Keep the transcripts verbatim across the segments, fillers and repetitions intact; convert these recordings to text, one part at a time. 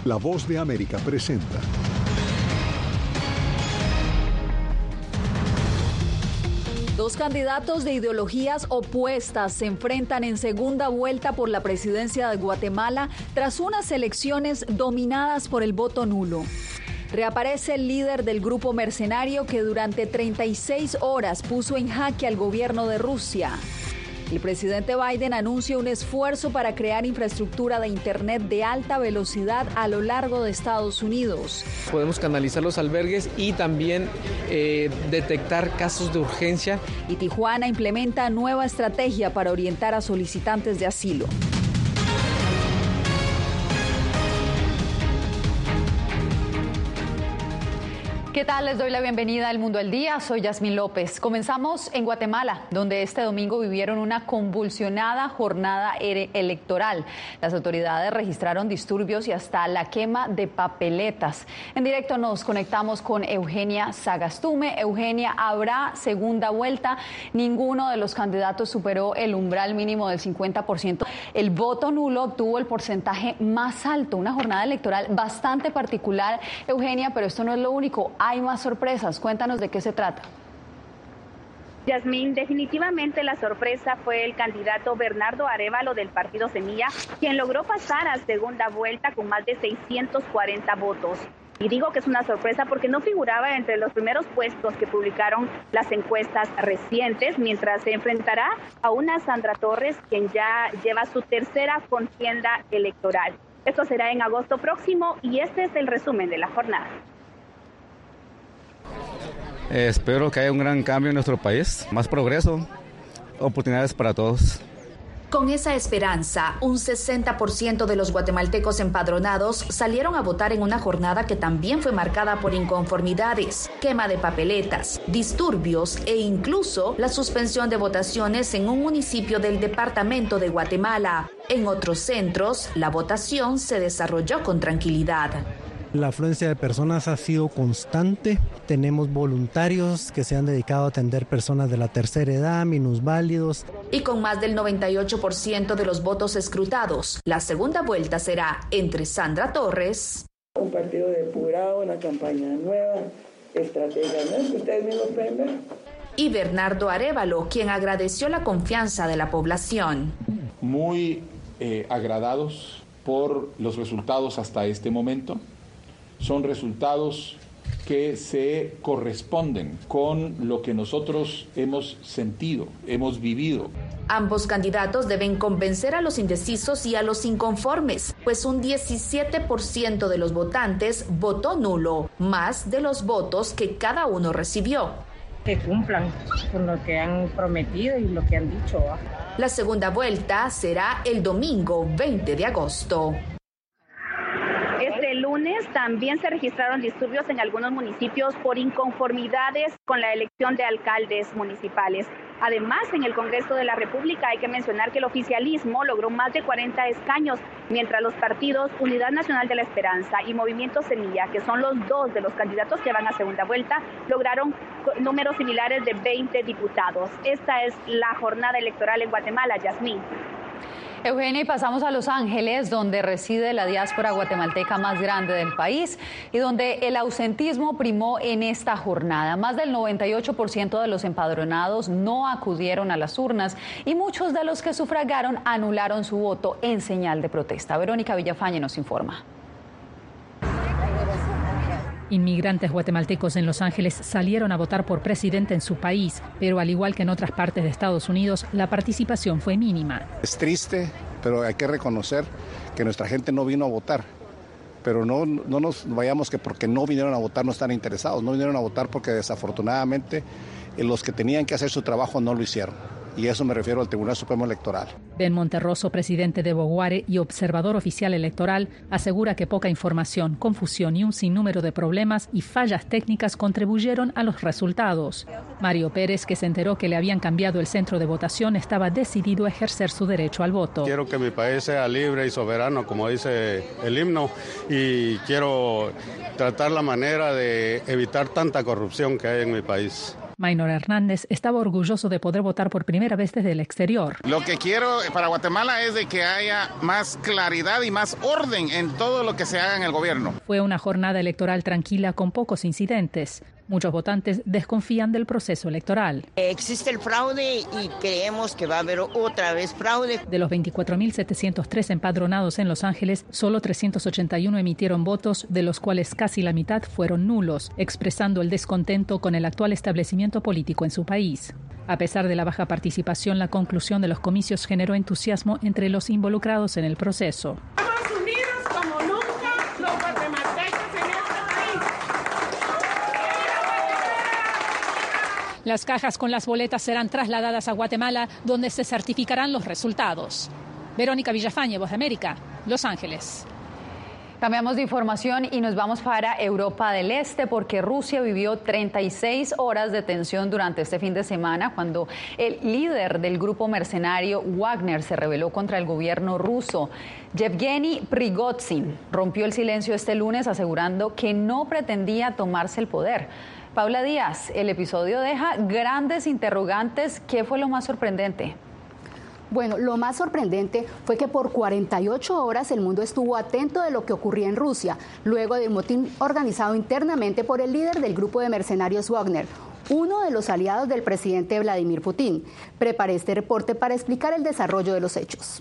La Voz de América presenta. Dos candidatos de ideologías opuestas se enfrentan en segunda vuelta por la presidencia de Guatemala tras unas elecciones dominadas por el voto nulo. Reaparece el líder del grupo mercenario que durante treinta y seis horas puso en jaque al gobierno de Rusia. El presidente Biden anuncia un esfuerzo para crear infraestructura de Internet de alta velocidad a lo largo de Estados Unidos. Podemos canalizar los albergues y también eh, detectar casos de urgencia. Y Tijuana implementa nueva estrategia para orientar a solicitantes de asilo. ¿Qué tal? Les doy la bienvenida al Mundo al Día. Soy Yasmín López. Comenzamos en Guatemala, donde este domingo vivieron una convulsionada jornada electoral. Las autoridades registraron disturbios y hasta la quema de papeletas. En directo nos conectamos con Eugenia Sagastume. Eugenia, ¿habrá segunda vuelta? Ninguno de los candidatos superó el umbral mínimo del cincuenta por ciento. El voto nulo obtuvo el porcentaje más alto. Una jornada electoral bastante particular, Eugenia, pero esto no es lo único. Hay más sorpresas. Cuéntanos de qué se trata. Yasmín, definitivamente la sorpresa fue el candidato Bernardo Arévalo del partido Semilla, quien logró pasar a segunda vuelta con más de seiscientos cuarenta votos. Y digo que es una sorpresa porque no figuraba entre los primeros puestos que publicaron las encuestas recientes, mientras se enfrentará a una Sandra Torres, quien ya lleva su tercera contienda electoral. Esto será en agosto próximo y este es el resumen de la jornada. Eh, espero que haya un gran cambio en nuestro país, más progreso, oportunidades para todos. Con esa esperanza, un sesenta por ciento de los guatemaltecos empadronados salieron a votar en una jornada que también fue marcada por inconformidades, quema de papeletas, disturbios e incluso la suspensión de votaciones en un municipio del departamento de Guatemala. En otros centros, la votación se desarrolló con tranquilidad. La afluencia de personas ha sido constante. Tenemos voluntarios que se han dedicado a atender personas de la tercera edad, minusválidos. Y con más del noventa y ocho por ciento de los votos escrutados, la segunda vuelta será entre Sandra Torres. Un partido depurado, una campaña nueva, estrategia, ¿no? Que ustedes mismos pueden ver. Y Bernardo Arévalo, quien agradeció la confianza de la población. Muy eh, agradados por los resultados hasta este momento. Son resultados que se corresponden con lo que nosotros hemos sentido, hemos vivido. Ambos candidatos deben convencer a los indecisos y a los inconformes, pues un diecisiete por ciento de los votantes votó nulo, más de los votos que cada uno recibió. Que cumplan con lo que han prometido y lo que han dicho. La segunda vuelta será el domingo veinte de agosto. Este lunes también se registraron disturbios en algunos municipios por inconformidades con la elección de alcaldes municipales. Además, en el Congreso de la República hay que mencionar que el oficialismo logró más de cuarenta escaños, mientras los partidos Unidad Nacional de la Esperanza y Movimiento Semilla, que son los dos de los candidatos que van a segunda vuelta, lograron números similares de veinte diputados. Esta es la jornada electoral en Guatemala, Yasmín. Eugenia, y pasamos a Los Ángeles, donde reside la diáspora guatemalteca más grande del país y donde el ausentismo primó en esta jornada. Más del noventa y ocho por ciento de los empadronados no acudieron a las urnas y muchos de los que sufragaron anularon su voto en señal de protesta. Verónica Villafañe nos informa. Inmigrantes guatemaltecos en Los Ángeles salieron a votar por presidente en su país, pero al igual que en otras partes de Estados Unidos, la participación fue mínima. Es triste, pero hay que reconocer que nuestra gente no vino a votar. Pero no, no nos vayamos que porque no vinieron a votar no están interesados, no vinieron a votar porque desafortunadamente los que tenían que hacer su trabajo no lo hicieron. Y eso me refiero al Tribunal Supremo Electoral. Ben Monterroso, presidente de Boguare y observador oficial electoral, asegura que poca información, confusión y un sinnúmero de problemas y fallas técnicas contribuyeron a los resultados. Mario Pérez, que se enteró que le habían cambiado el centro de votación, estaba decidido a ejercer su derecho al voto. Quiero que mi país sea libre y soberano, como dice el himno, y quiero tratar la manera de evitar tanta corrupción que hay en mi país. Maynor Hernández estaba orgulloso de poder votar por primera vez desde el exterior. Lo que quiero para Guatemala es de que haya más claridad y más orden en todo lo que se haga en el gobierno. Fue una jornada electoral tranquila con pocos incidentes. Muchos votantes desconfían del proceso electoral. Existe el fraude y creemos que va a haber otra vez fraude. De los veinticuatro mil setecientos tres empadronados en Los Ángeles, solo trescientos ochenta y uno emitieron votos, de los cuales casi la mitad fueron nulos, expresando el descontento con el actual establecimiento político en su país. A pesar de la baja participación, la conclusión de los comicios generó entusiasmo entre los involucrados en el proceso. Estamos unidos como nunca los guatemaltecos en este país. Las cajas con las boletas serán trasladadas a Guatemala, donde se certificarán los resultados. Verónica Villafañe, Voz de América, Los Ángeles. Cambiamos de información y nos vamos para Europa del Este porque Rusia vivió treinta y seis horas de tensión durante este fin de semana cuando el líder del grupo mercenario Wagner se rebeló contra el gobierno ruso. Yevgeny Prigozhin rompió el silencio este lunes asegurando que no pretendía tomarse el poder. Paula Díaz, el episodio deja grandes interrogantes. ¿Qué fue lo más sorprendente? Bueno, lo más sorprendente fue que por cuarenta y ocho horas el mundo estuvo atento de lo que ocurría en Rusia, luego del motín organizado internamente por el líder del grupo de mercenarios Wagner, uno de los aliados del presidente Vladimir Putin. Preparé este reporte para explicar el desarrollo de los hechos.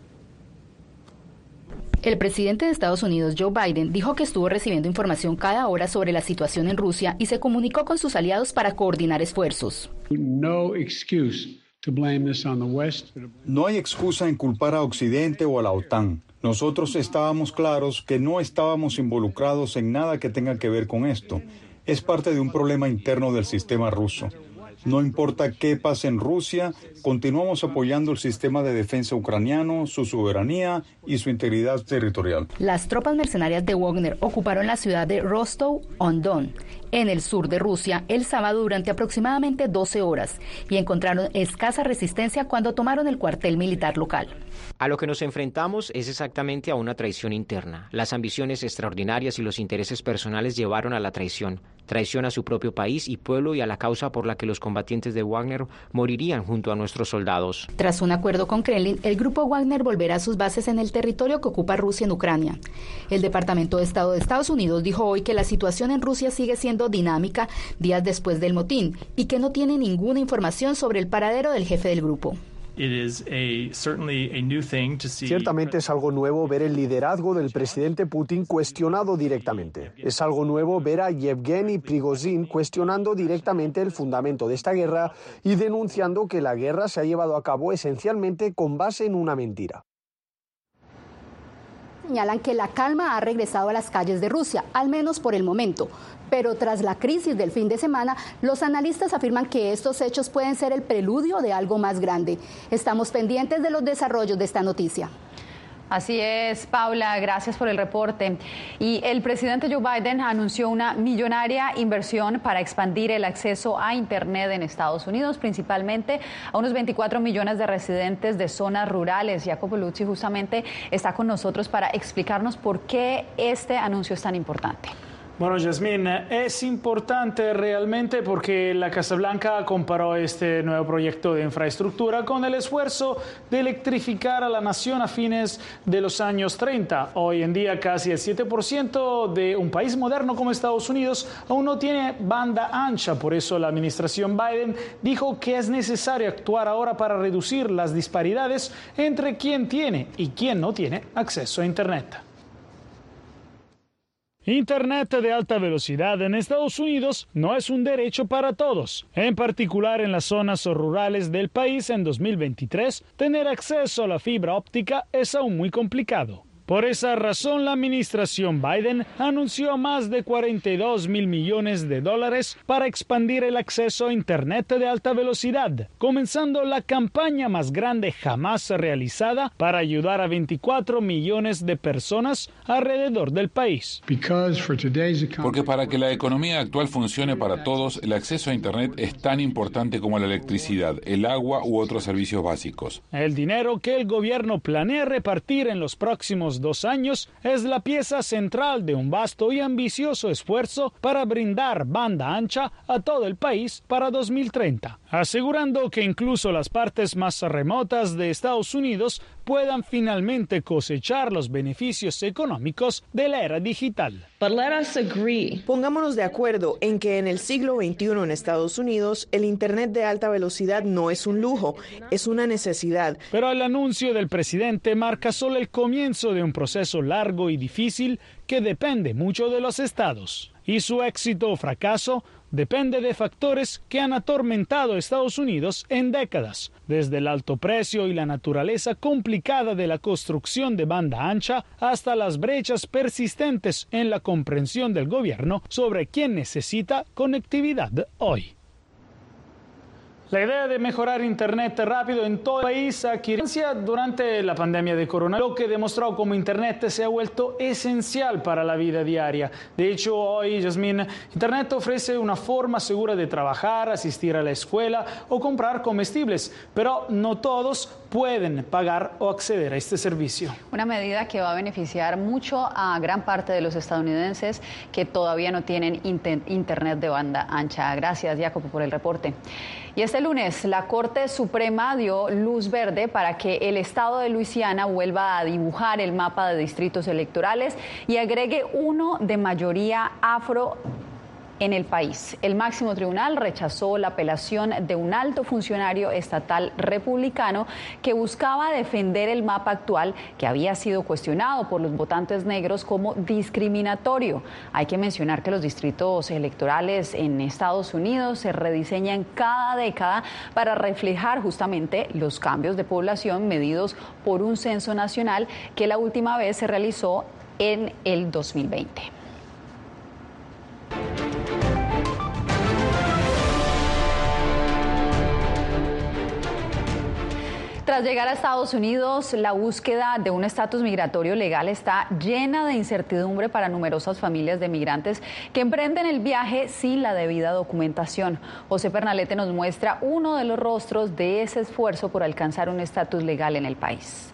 El presidente de Estados Unidos, Joe Biden, dijo que estuvo recibiendo información cada hora sobre la situación en Rusia y se comunicó con sus aliados para coordinar esfuerzos. No excuse. No hay excusa en culpar a Occidente o a la OTAN. Nosotros estábamos claros que no estábamos involucrados en nada que tenga que ver con esto. Es parte de un problema interno del sistema ruso. No importa qué pase en Rusia, continuamos apoyando el sistema de defensa ucraniano, su soberanía y su integridad territorial. Las tropas mercenarias de Wagner ocuparon la ciudad de Rostov-on-Don, en el sur de Rusia, el sábado durante aproximadamente doce horas y encontraron escasa resistencia cuando tomaron el cuartel militar local. A lo que nos enfrentamos es exactamente a una traición interna. Las ambiciones extraordinarias y los intereses personales llevaron a la traición. Traición a su propio país y pueblo y a la causa por la que los combatientes de Wagner morirían junto a nuestros soldados. Tras un acuerdo con Kremlin, el grupo Wagner volverá a sus bases en el territorio que ocupa Rusia en Ucrania. El Departamento de Estado de Estados Unidos dijo hoy que la situación en Rusia sigue siendo dinámica días después del motín y que no tiene ninguna información sobre el paradero del jefe del grupo. Ciertamente es algo nuevo ver el liderazgo del presidente Putin cuestionado directamente. Es algo nuevo ver a Yevgeny Prigozhin cuestionando directamente el fundamento de esta guerra y denunciando que la guerra se ha llevado a cabo esencialmente con base en una mentira. Señalan que la calma ha regresado a las calles de Rusia, al menos por el momento. Pero tras la crisis del fin de semana, los analistas afirman que estos hechos pueden ser el preludio de algo más grande. Estamos pendientes de los desarrollos de esta noticia. Así es, Paula, gracias por el reporte. Y el presidente Joe Biden anunció una millonaria inversión para expandir el acceso a Internet en Estados Unidos, principalmente a unos veinticuatro millones de residentes de zonas rurales. Jacopo Luzzi justamente está con nosotros para explicarnos por qué este anuncio es tan importante. Bueno, Yasmín, es importante realmente porque la Casa Blanca comparó este nuevo proyecto de infraestructura con el esfuerzo de electrificar a la nación a fines de los años treinta. Hoy en día casi el siete por ciento de un país moderno como Estados Unidos aún no tiene banda ancha. Por eso la administración Biden dijo que es necesario actuar ahora para reducir las disparidades entre quien tiene y quien no tiene acceso a Internet. Internet de alta velocidad en Estados Unidos no es un derecho para todos. En particular en las zonas rurales del país en dos mil veintitrés, tener acceso a la fibra óptica es aún muy complicado. Por esa razón, la administración Biden anunció más de cuarenta y dos mil millones de dólares para expandir el acceso a Internet de alta velocidad, comenzando la campaña más grande jamás realizada para ayudar a veinticuatro millones de personas alrededor del país. Porque para que la economía actual funcione para todos, el acceso a Internet es tan importante como la electricidad, el agua u otros servicios básicos. El dinero que el gobierno planea repartir en los próximos próximos dos años es la pieza central de un vasto y ambicioso esfuerzo para brindar banda ancha a todo el país para dos mil treinta, asegurando que incluso las partes más remotas de Estados Unidos puedan finalmente cosechar los beneficios económicos de la era digital. But let us agree. Pongámonos de acuerdo en que en el siglo veintiuno en Estados Unidos el Internet de alta velocidad no es un lujo, es una necesidad. Pero el anuncio del presidente marca solo el comienzo de un proceso largo y difícil que depende mucho de los estados. Y su éxito o fracaso depende de factores que han atormentado a Estados Unidos en décadas, desde el alto precio y la naturaleza complicada de la construcción de banda ancha hasta las brechas persistentes en la comprensión del gobierno sobre quién necesita conectividad hoy. La idea de mejorar Internet rápido en todo el país adquirió durante la pandemia de coronavirus, lo que demostró cómo Internet se ha vuelto esencial para la vida diaria. De hecho, hoy, Yasmín, Internet ofrece una forma segura de trabajar, asistir a la escuela o comprar comestibles, pero no todos pueden pagar o acceder a este servicio. Una medida que va a beneficiar mucho a gran parte de los estadounidenses que todavía no tienen inter- Internet de banda ancha. Gracias, Jacopo, por el reporte. Y este lunes, la Corte Suprema dio luz verde para que el estado de Luisiana vuelva a dibujar el mapa de distritos electorales y agregue uno de mayoría afro en el país. El máximo tribunal rechazó la apelación de un alto funcionario estatal republicano que buscaba defender el mapa actual que había sido cuestionado por los votantes negros como discriminatorio. Hay que mencionar que los distritos electorales en Estados Unidos se rediseñan cada década para reflejar justamente los cambios de población medidos por un censo nacional que la última vez se realizó en el dos mil veinte. Tras llegar a Estados Unidos, la búsqueda de un estatus migratorio legal está llena de incertidumbre para numerosas familias de migrantes que emprenden el viaje sin la debida documentación. José Pernalete nos muestra uno de los rostros de ese esfuerzo por alcanzar un estatus legal en el país.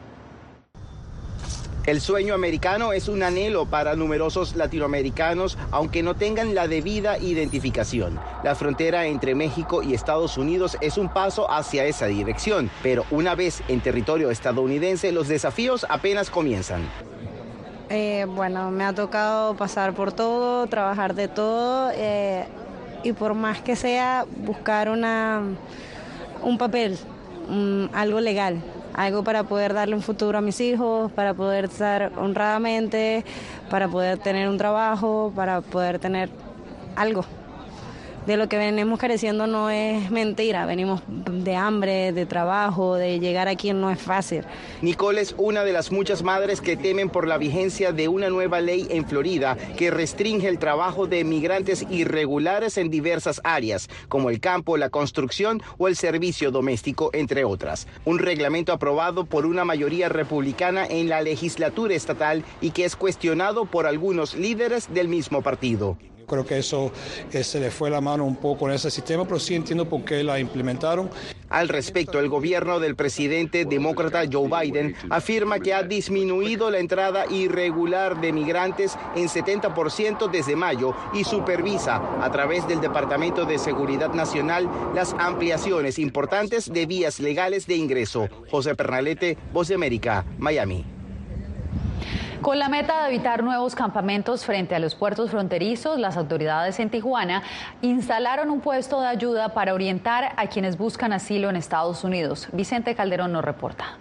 El sueño americano es un anhelo para numerosos latinoamericanos, aunque no tengan la debida identificación. La frontera entre México y Estados Unidos es un paso hacia esa dirección, pero una vez en territorio estadounidense, los desafíos apenas comienzan. Eh, bueno, me ha tocado pasar por todo, trabajar de todo, eh, y por más que sea, buscar una, un papel, um, algo legal. Algo para poder darle un futuro a mis hijos, para poder estar honradamente, para poder tener un trabajo, para poder tener algo. De lo que venimos careciendo no es mentira, venimos de hambre, de trabajo, de llegar aquí no es fácil. Nicole es una de las muchas madres que temen por la vigencia de una nueva ley en Florida que restringe el trabajo de migrantes irregulares en diversas áreas, como el campo, la construcción o el servicio doméstico, entre otras. Un reglamento aprobado por una mayoría republicana en la legislatura estatal y que es cuestionado por algunos líderes del mismo partido. Creo que eso eh, se le fue la mano un poco en ese sistema, pero sí entiendo por qué la implementaron. Al respecto, el gobierno del presidente demócrata Joe Biden afirma que ha disminuido la entrada irregular de migrantes en setenta por ciento desde mayo y supervisa a través del Departamento de Seguridad Nacional las ampliaciones importantes de vías legales de ingreso. José Pernalete, Voz de América, Miami. Con la meta de evitar nuevos campamentos frente a los puertos fronterizos, las autoridades en Tijuana instalaron un puesto de ayuda para orientar a quienes buscan asilo en Estados Unidos. Vicente Calderón nos reporta.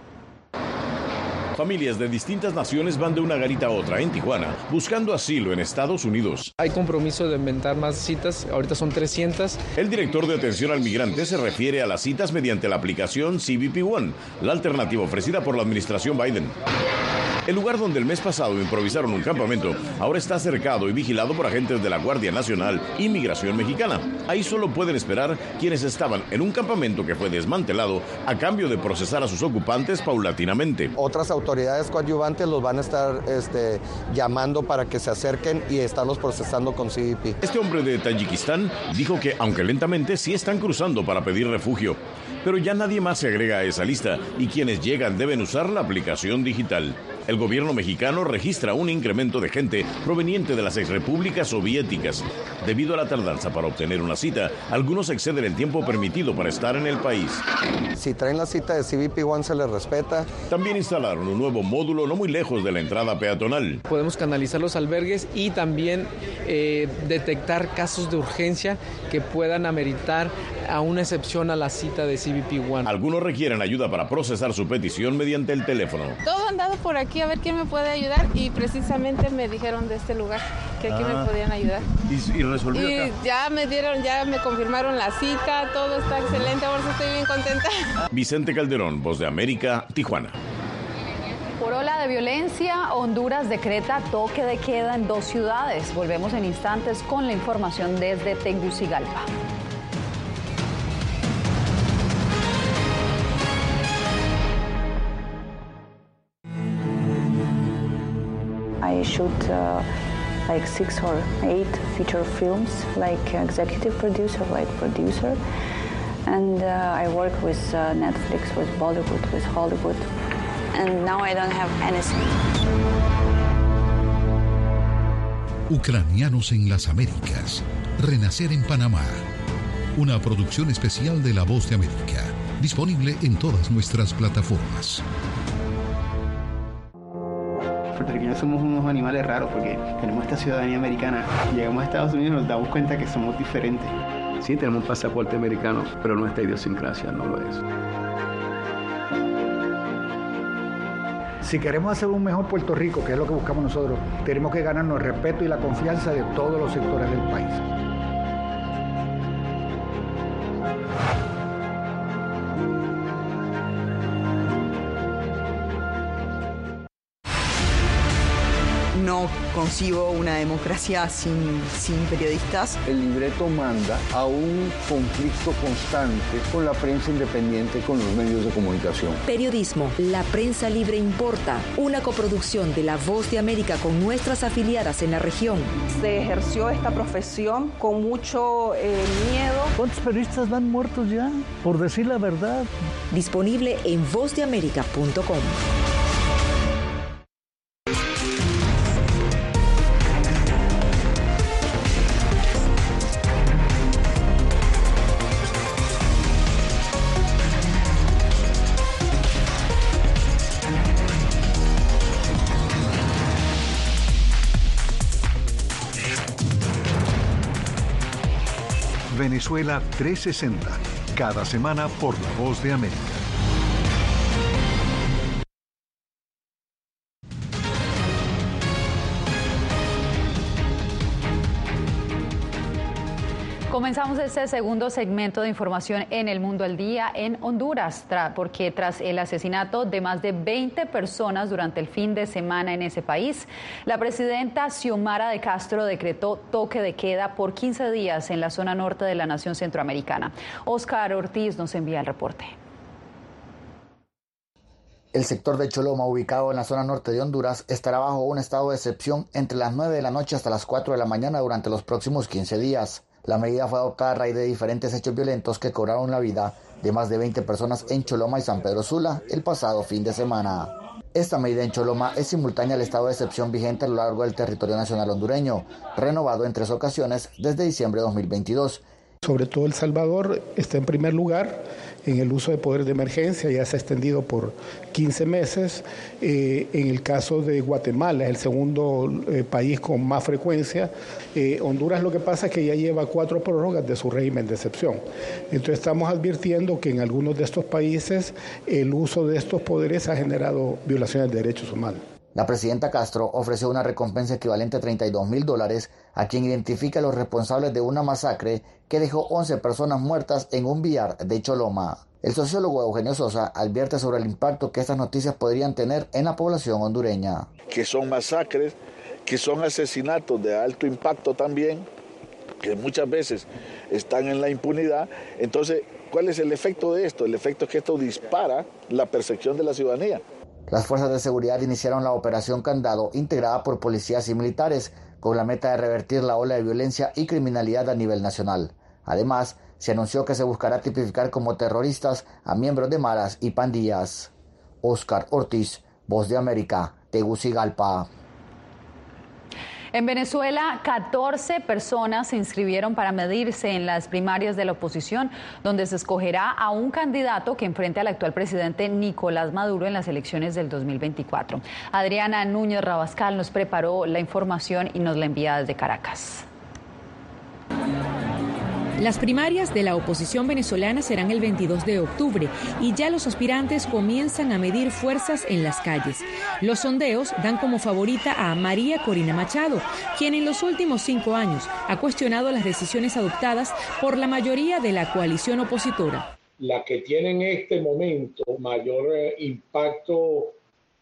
Familias de distintas naciones van de una garita a otra en Tijuana, buscando asilo en Estados Unidos. Hay compromiso de inventar más citas, ahorita son trescientas. El director de atención al migrante se refiere a las citas mediante la aplicación C B P One, la alternativa ofrecida por la administración Biden. El lugar donde el mes pasado improvisaron un campamento ahora está cercado y vigilado por agentes de la Guardia Nacional y Migración Mexicana. Ahí solo pueden esperar quienes estaban en un campamento que fue desmantelado a cambio de procesar a sus ocupantes paulatinamente. Otras autoridades coadyuvantes los van a estar este, llamando para que se acerquen y estarlos procesando con C B P. Este hombre de Tayikistán dijo que, aunque lentamente, sí están cruzando para pedir refugio. pero ya nadie más se agrega a esa lista y quienes llegan deben usar la aplicación digital. El gobierno mexicano registra un incremento de gente proveniente de las exrepúblicas soviéticas. Debido a la tardanza para obtener una cita, algunos exceden el tiempo permitido para estar en el país. Si traen la cita de C B P One se les respeta. También instalaron un nuevo módulo no muy lejos de la entrada peatonal. Podemos canalizar los albergues y también eh, detectar casos de urgencia que puedan ameritar a una excepción a la cita de C B P One. Algunos requieren ayuda para procesar su petición mediante el teléfono. Todo andado por aquí a ver quién me puede ayudar y precisamente me dijeron de este lugar que aquí ah. me podían ayudar. ¿Y, y resolvió y acá? ya me dieron, ya me confirmaron la cita, todo está excelente, ahora sí estoy bien contenta. Vicente Calderón, Voz de América, Tijuana. Por ola de violencia, Honduras decreta toque de queda en dos ciudades. Volvemos en instantes con la información desde Tegucigalpa. I shoot uh, like six or eight feature films, like executive producer, like producer, and uh, I work with uh, Netflix, with Bollywood, with Hollywood, and now I don't have anything. Ucranianos en las Américas. Renacer en Panamá. Una producción especial de La Voz de América. Disponible en todas nuestras plataformas. Puertorriqueños somos unos animales raros porque tenemos esta ciudadanía americana. Llegamos a Estados Unidos y nos damos cuenta que somos diferentes. Sí, tenemos un pasaporte americano, pero nuestra idiosincrasia no lo es. Si queremos hacer un mejor Puerto Rico, que es lo que buscamos nosotros, tenemos que ganarnos el respeto y la confianza de todos los sectores del país. No concibo una democracia sin, sin periodistas. El libreto manda a un conflicto constante con la prensa independiente, con los medios de comunicación. Periodismo, la prensa libre importa. Una coproducción de La Voz de América con nuestras afiliadas en la región. Se ejerció esta profesión con mucho eh, miedo. ¿Cuántos periodistas van muertos ya por decir la verdad? Disponible en voz de américa punto com. Venezuela trescientos sesenta, cada semana por La Voz de América. Comenzamos este segundo segmento de información en El Mundo al Día en Honduras, tra- porque tras el asesinato de más de veinte personas durante el fin de semana en ese país, la presidenta Xiomara de Castro decretó toque de queda por quince días en la zona norte de la nación centroamericana. Oscar Ortiz nos envía el reporte. El sector de Choloma, ubicado en la zona norte de Honduras, estará bajo un estado de excepción entre las nueve de la noche hasta las cuatro de la mañana durante los próximos quince días. La medida fue adoptada a raíz de diferentes hechos violentos que cobraron la vida de más de veinte personas en Choloma y San Pedro Sula el pasado fin de semana. Esta medida en Choloma es simultánea al estado de excepción vigente a lo largo del territorio nacional hondureño, renovado en tres ocasiones desde diciembre de dos mil veintidós. Sobre todo El Salvador está en primer lugar en el uso de poderes de emergencia, ya se ha extendido por quince meses. Eh, en el caso de Guatemala, es el segundo eh, país con más frecuencia. Eh, Honduras lo que pasa es que ya lleva cuatro prórrogas de su régimen de excepción. Entonces estamos advirtiendo que en algunos de estos países el uso de estos poderes ha generado violaciones de derechos humanos. La presidenta Castro ofreció una recompensa equivalente a treinta y dos mil dólares a quien identifique a los responsables de una masacre que dejó once personas muertas en un billar de Choloma. El sociólogo Eugenio Sosa advierte sobre el impacto que estas noticias podrían tener en la población hondureña. Que son masacres, que son asesinatos de alto impacto también, que muchas veces están en la impunidad. Entonces, ¿cuál es el efecto de esto? El efecto es que esto dispara la percepción de la ciudadanía. Las fuerzas de seguridad iniciaron la operación Candado, integrada por policías y militares, con la meta de revertir la ola de violencia y criminalidad a nivel nacional. Además, Se anunció que se buscará tipificar como terroristas a miembros de maras y pandillas. Oscar Ortiz, Voz de América, Tegucigalpa. En Venezuela, catorce personas se inscribieron para medirse en las primarias de la oposición, donde se escogerá a un candidato que enfrente al actual presidente Nicolás Maduro en las elecciones del dos mil veinticuatro. Adriana Núñez Rabascal nos preparó la información y nos la envía desde Caracas. Las primarias de la oposición venezolana serán el veintidós de octubre y ya los aspirantes comienzan a medir fuerzas en las calles. Los sondeos dan como favorita a María Corina Machado, quien en los últimos cinco años ha cuestionado las decisiones adoptadas por la mayoría de la coalición opositora. La que tiene en este momento mayor eh, impacto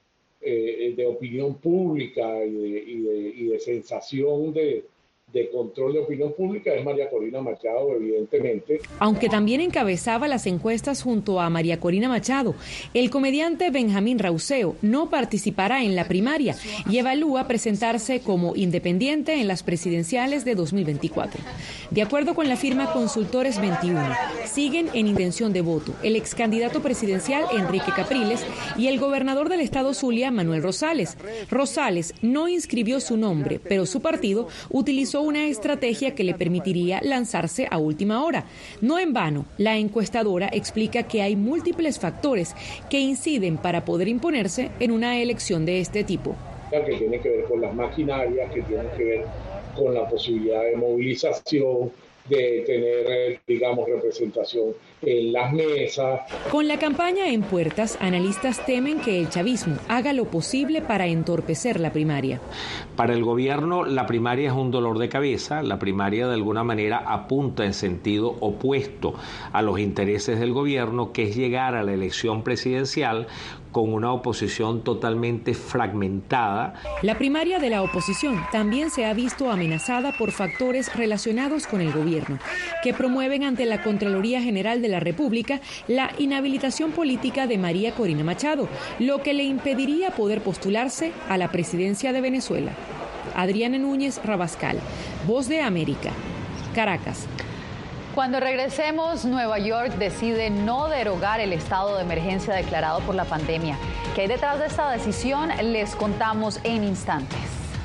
eh, de opinión pública y de, y de, y de sensación de... de control de opinión pública es María Corina Machado, evidentemente. Aunque también encabezaba las encuestas junto a María Corina Machado, el comediante Benjamín Rauseo no participará en la primaria y evalúa presentarse como independiente en las presidenciales de dos mil veinticuatro. De acuerdo con la firma Consultores veintiuno, siguen en intención de voto el ex candidato presidencial Enrique Capriles y el gobernador del estado Zulia, Manuel Rosales. Rosales no inscribió su nombre, pero su partido utilizó una estrategia que le permitiría lanzarse a última hora. No en vano, la encuestadora explica que hay múltiples factores que inciden para poder imponerse en una elección de este tipo. Que tiene que ver con las maquinarias, que tiene que ver con la posibilidad de movilización, de tener, digamos, representación en las mesas. Con la campaña en puertas, analistas temen que el chavismo haga lo posible para entorpecer la primaria. Para el gobierno, la primaria es un dolor de cabeza. La primaria, de alguna manera, apunta en sentido opuesto a los intereses del gobierno, que es llegar a la elección presidencial con una oposición totalmente fragmentada. La primaria de la oposición también se ha visto amenazada por factores relacionados con el gobierno, que promueven ante la Contraloría General de la República la inhabilitación política de María Corina Machado, lo que le impediría poder postularse a la presidencia de Venezuela. Adriana Núñez Rabascal, Voz de América, Caracas. Cuando regresemos, Nueva York decide no derogar el estado de emergencia declarado por la pandemia. ¿Qué hay detrás de esta decisión? Les contamos en instantes.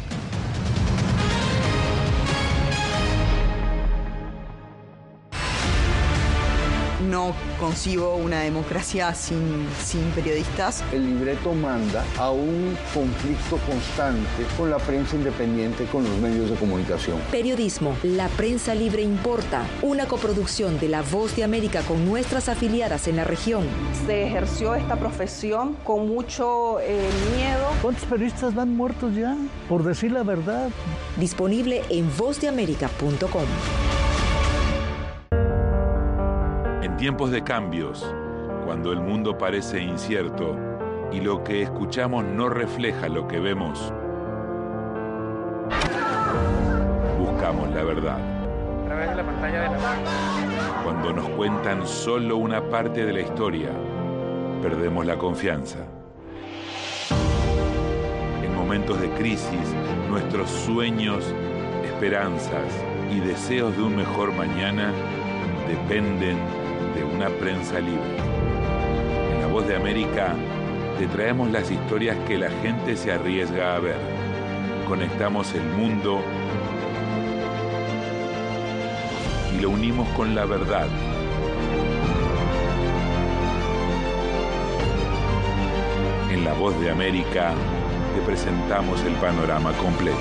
No concibo una democracia sin, sin periodistas. El libreto manda a un conflicto constante con la prensa independiente, con los medios de comunicación. Periodismo, la prensa libre importa, una coproducción de La Voz de América con nuestras afiliadas en la región. Se ejerció esta profesión con mucho eh, miedo. ¿Cuántos periodistas van muertos ya? Por decir la verdad. Disponible en voz de américa punto com. En tiempos de cambios, cuando el mundo parece incierto y lo que escuchamos no refleja lo que vemos, buscamos la verdad. A través de la pantalla de la... Cuando nos cuentan solo una parte de la historia, perdemos la confianza. En momentos de crisis, nuestros sueños, esperanzas y deseos de un mejor mañana dependen de una prensa libre. En La Voz de América te traemos las historias que la gente se arriesga a ver. Conectamos el mundo y lo unimos con la verdad. En La Voz de América te presentamos el panorama completo.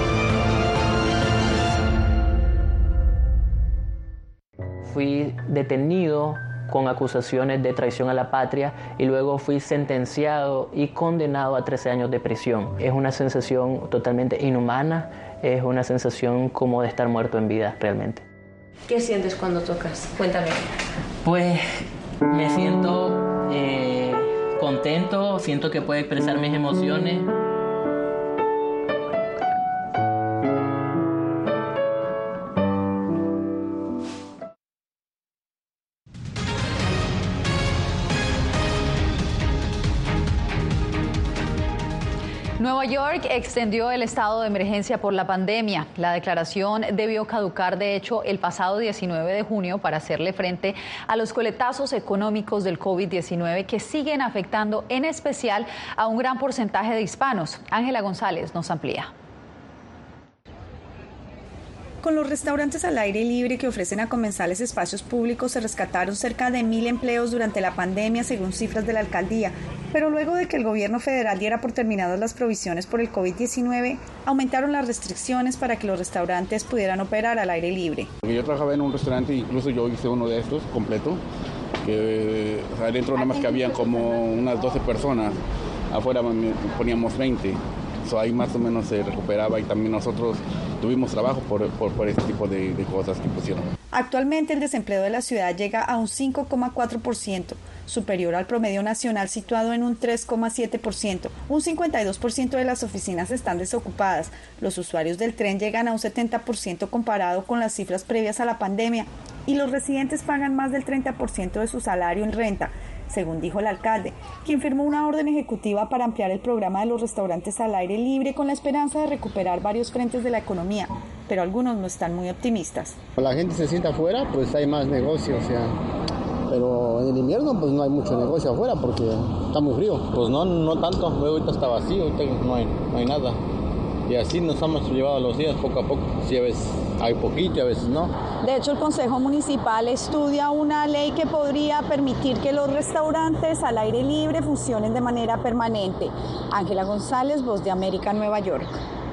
Fui detenido con acusaciones de traición a la patria y luego fui sentenciado y condenado a trece años de prisión. Es una sensación totalmente inhumana, es una sensación como de estar muerto en vida realmente. ¿Qué sientes cuando tocas? Cuéntame. Pues me siento eh, contento, siento que puedo expresar mis emociones. Nueva York extendió el estado de emergencia por la pandemia. La declaración debió caducar, de hecho, el pasado diecinueve de junio para hacerle frente a los coletazos económicos del COVID diecinueve que siguen afectando en especial a un gran porcentaje de hispanos. Ángela González nos amplía. Con los restaurantes al aire libre que ofrecen a comensales espacios públicos se rescataron cerca de mil empleos durante la pandemia, según cifras de la alcaldía. Pero luego de que el gobierno federal diera por terminadas las provisiones por el COVID diecinueve, aumentaron las restricciones para que los restaurantes pudieran operar al aire libre. Yo trabajaba en un restaurante, incluso yo hice uno de estos completo, que o sea, adentro nada más que habían como unas doce personas, afuera poníamos veinte. So, ahí más o menos se recuperaba y también nosotros tuvimos trabajo por, por, por este tipo de, de cosas que pusieron. Actualmente el desempleo de la ciudad llega a un cinco coma cuatro por ciento, superior al promedio nacional situado en un tres coma siete por ciento. Un cincuenta y dos por ciento de las oficinas están desocupadas. Los usuarios del tren llegan a un setenta por ciento comparado con las cifras previas a la pandemia y los residentes pagan más del treinta por ciento de su salario en renta, según dijo el alcalde, quien firmó una orden ejecutiva para ampliar el programa de los restaurantes al aire libre con la esperanza de recuperar varios frentes de la economía, pero algunos no están muy optimistas. La gente se sienta afuera, pues hay más negocio, o sea, pero en el invierno pues no hay mucho negocio afuera porque está muy frío. Pues no, no tanto, ahorita está vacío, ahorita no hay, no hay nada. Y así nos hemos llevado los días poco a poco, si a veces hay poquito y a veces no. De hecho, el Consejo Municipal estudia una ley que podría permitir que los restaurantes al aire libre funcionen de manera permanente. Ángela González, Voz de América, Nueva York.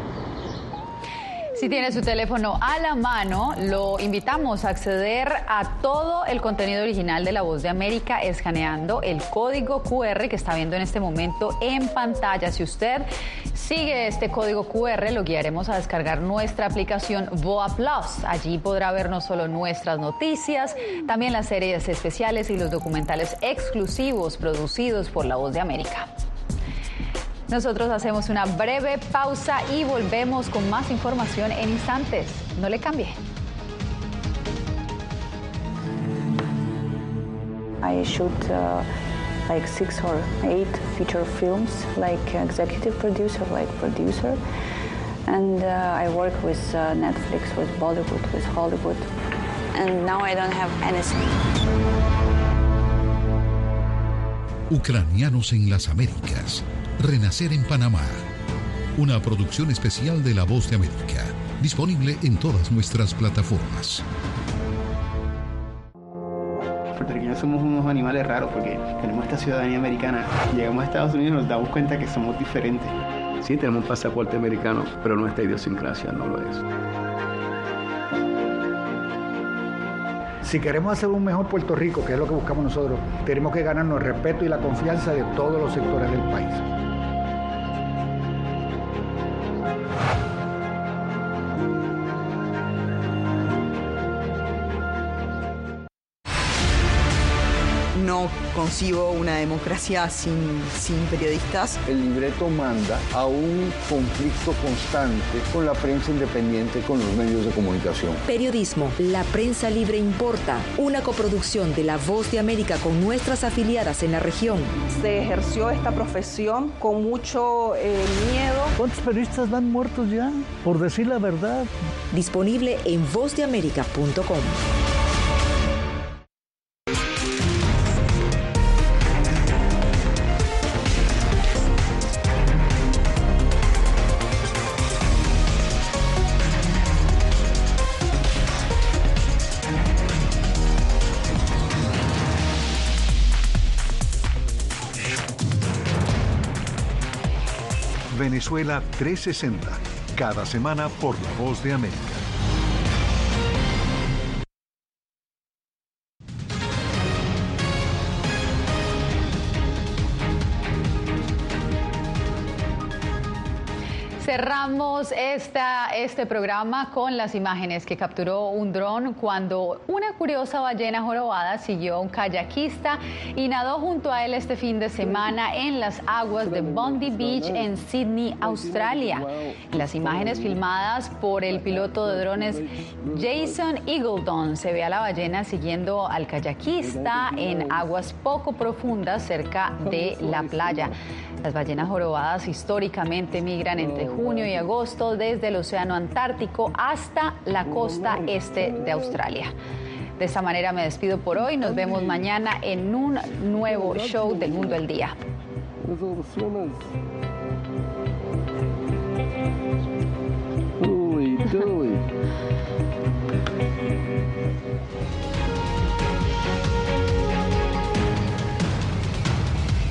Si tiene su teléfono a la mano, lo invitamos a acceder a todo el contenido original de La Voz de América escaneando el código cu erre que está viendo en este momento en pantalla. Si usted sigue este código cu erre, lo guiaremos a descargar nuestra aplicación V O A Plus. Allí podrá ver no solo nuestras noticias, también las series especiales y los documentales exclusivos producidos por La Voz de América. Nosotros hacemos una breve pausa y volvemos con más información en instantes. No le cambie. I shoot uh, like six or eight feature films, like executive producer, like producer, and uh, I work with uh, Netflix, with Bollywood, with Hollywood, and now I don't have anything. Ucranianos en las Américas. Renacer en Panamá. Una producción especial de La Voz de América. Disponible en todas nuestras plataformas. Los puertorriqueños somos unos animales raros porque tenemos esta ciudadanía americana. Llegamos a Estados Unidos y nos damos cuenta que somos diferentes. Sí, tenemos un pasaporte americano, pero nuestra idiosincrasia no lo es. Si queremos hacer un mejor Puerto Rico, que es lo que buscamos nosotros, tenemos que ganarnos el respeto y la confianza de todos los sectores del país. No concibo una democracia sin, sin periodistas. El libreto manda a un conflicto constante con la prensa independiente, con los medios de comunicación. Periodismo, la prensa libre importa. Una coproducción de La Voz de América con nuestras afiliadas en la región. Se ejerció esta profesión con mucho eh, miedo. ¿Cuántos periodistas van muertos ya? Por decir la verdad. Disponible en voz de américa punto com. Venezuela trescientos sesenta, cada semana por La Voz de América. Cerramos esta, este programa con las imágenes que capturó un dron cuando una curiosa ballena jorobada siguió a un kayakista y nadó junto a él este fin de semana en las aguas de Bondi Beach en Sydney, Australia. En las imágenes filmadas por el piloto de drones Jason Eagledon se ve a la ballena siguiendo al kayakista en aguas poco profundas cerca de la playa. Las ballenas jorobadas históricamente migran entre junio y agosto desde el Océano Antártico hasta la costa este de Australia. De esta manera me despido por hoy. Nos vemos mañana en un nuevo show del Mundo al Día. Uy, uy.